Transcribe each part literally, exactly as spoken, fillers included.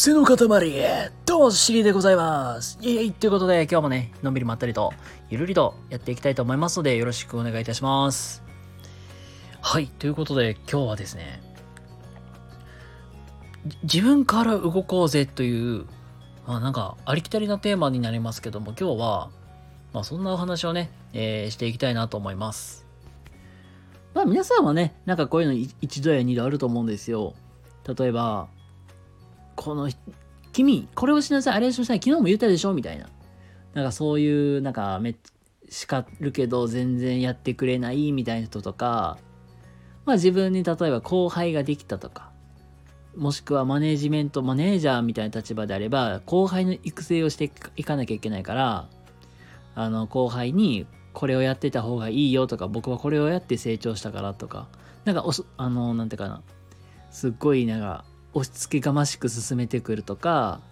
癖の塊、どうもシリでございます。イエイイエイということで、今日もね、のんびりまったりと、ゆるりとやっていきたいと思いますので、よろしくお願いいたします。はい、ということで、今日はですね、自分から動こうぜという、まあなんか、ありきたりなテーマになりますけども、今日は、まあそんなお話をね、えーしていきたいなと思います。まあ皆さんはね、なんかこういうの一度や二度あると思うんですよ。例えば、この君これをしなさいあれをしなさい昨日も言ったでしょみたいな、なんかそういうなんかめ叱るけど全然やってくれないみたいな人とか、まあ自分に例えば後輩ができたとか、もしくはマネージメントマネージャーみたいな立場であれば後輩の育成をしていかなきゃいけないから、あの後輩にこれをやってた方がいいよとか、僕はこれをやって成長したからとか、なんかおそあのなんていうかな、すっごいなんか押し付けがましく進めてくるとか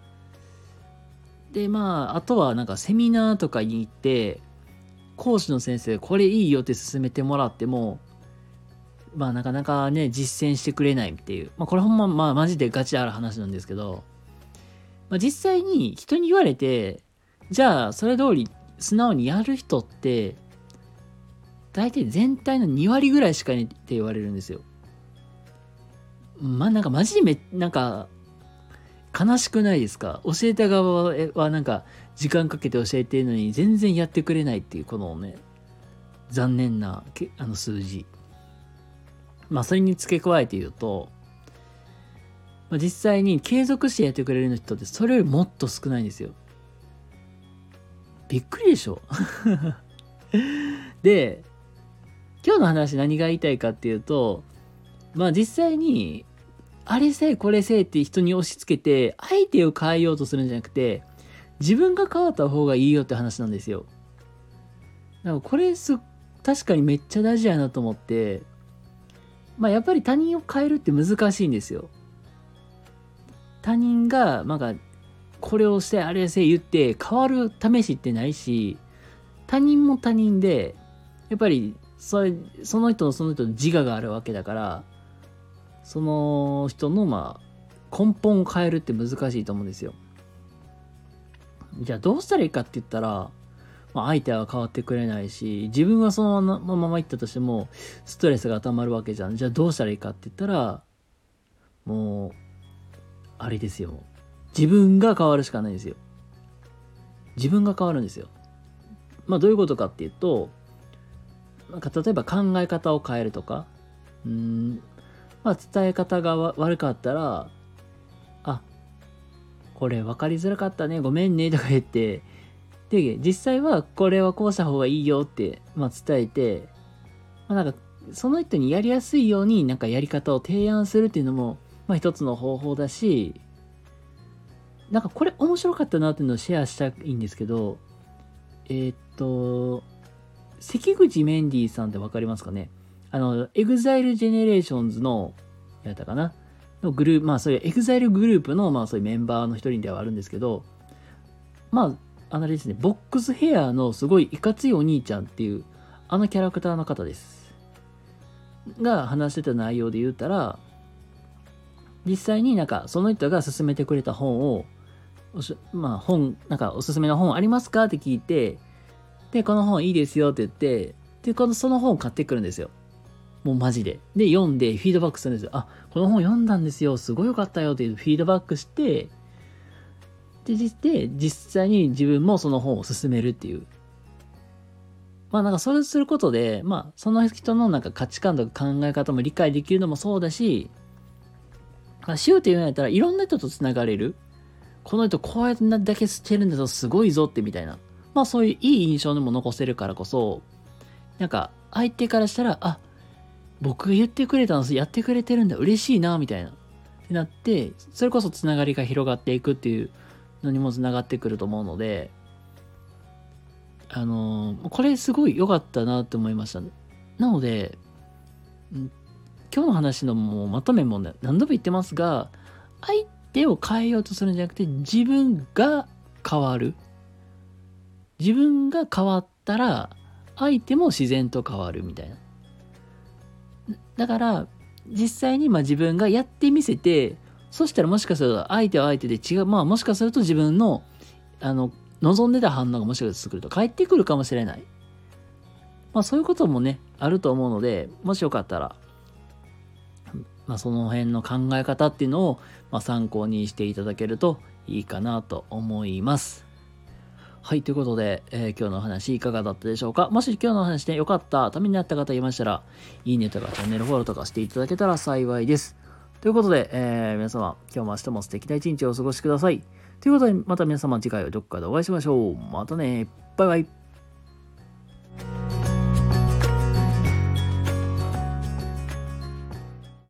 で、まああとはなんかセミナーとかに行って講師の先生これいいよって勧めてもらっても、まあなかなかね実践してくれないっていう、まあこれほんままあマジでガチある話なんですけど、まあ、実際に人に言われてじゃあそれ通り素直にやる人って大体全体のに割ぐらいしかいって言われるんですよ。まあなんかマジでめなんか悲しくないですか？教えた側はなんか時間かけて教えてるのに全然やってくれないっていう、このね残念なあの数字。まあそれに付け加えて言うと、まあ、実際に継続してやってくれる人ってそれよりもっと少ないんですよ。びっくりでしょで、今日の話何が言いたいかっていうと、まあ実際にあれせいこれせいって人に押し付けて相手を変えようとするんじゃなくて、自分が変わった方がいいよって話なんですよ。だからこれす確かにめっちゃ大事やなと思って、まあやっぱり他人を変えるって難しいんですよ。他人がなんかこれをしてあれせい言って変わる試しってないし、他人も他人でやっぱりそれその人のその人の自我があるわけだから、その人のまあ根本を変えるって難しいと思うんですよ。じゃあどうしたらいいかって言ったら、まあ、相手は変わってくれないし、自分はそのまま行ったとしてもストレスが溜まるわけじゃん。じゃあどうしたらいいかって言ったら、もうあれですよ、自分が変わるしかないんですよ。自分が変わるんですよ。まあどういうことかっていうと、なんか例えば考え方を変えるとか、うーんまあ伝え方が悪かったら、あ、これ分かりづらかったね、ごめんねとか言って、で実際はこれはこうした方がいいよって、まあ、伝えて、まあ、なんかその人にやりやすいようになんかやり方を提案するっていうのも、まあ、一つの方法だし、なんかこれ面白かったなっていうのをシェアしたいんですけど、えー、っと関口メンディーさんって分かりますかね？あの エグザイル GENERATIONS のやったかなのグループ、まあそういう エグザイル グループのまあそういうメンバーの一人ではあるんですけど、まああのですね、ボックスヘアのすごいいかついお兄ちゃんっていうあのキャラクターの方ですが話してた内容で言ったら、実際になんかその人が勧めてくれた本を、まあ本なんかおすすめの本ありますかって聞いて、でこの本いいですよって言って、でこのその本を買ってくるんですよ。もうマジで。で読んでフィードバックするんですよ。あ、この本読んだんですよ、すごい良かったよっていうフィードバックして、で実際に自分もその本を進めるっていう、まあなんかそれをすることで、まあその人のなんか価値観とか考え方も理解できるのもそうだし、シューって言うんやったらいろんな人とつながれる。この人こうやってだけしてるんだとすごいぞってみたいな、まあそういういい印象でも残せるからこそ、なんか相手からしたら、あ、僕が言ってくれたのやってくれてるんだ、嬉しいなみたいなってなって、それこそつながりが広がっていくっていうのにもつながってくると思うので、あのー、これすごい良かったなって思いました。なので今日の話のもうまとめも、ね、何度も言ってますが、相手を変えようとするんじゃなくて自分が変わる。自分が変わったら相手も自然と変わるみたいな。だから実際にまあ自分がやってみせてそしたらもしかすると相手は相手で違う、まあもしかすると自分の、あの、望んでた反応がもしかすると返ってくるかもしれない。まあそういうこともね、あると思うので、もしよかったら、まあその辺の考え方っていうのを、まあ、参考にしていただけるといいかなと思います。はい、ということで、えー今日のお話いかがだったでしょうか。もし今日のお話で良かった、ためになった方いましたら、いいねとかチャンネルフォローとかしていただけたら幸いです。ということで、えー皆様、今日も明日も素敵な一日をお過ごしください。ということで、また皆様次回はどこかでお会いしましょう。またね。バイバイ。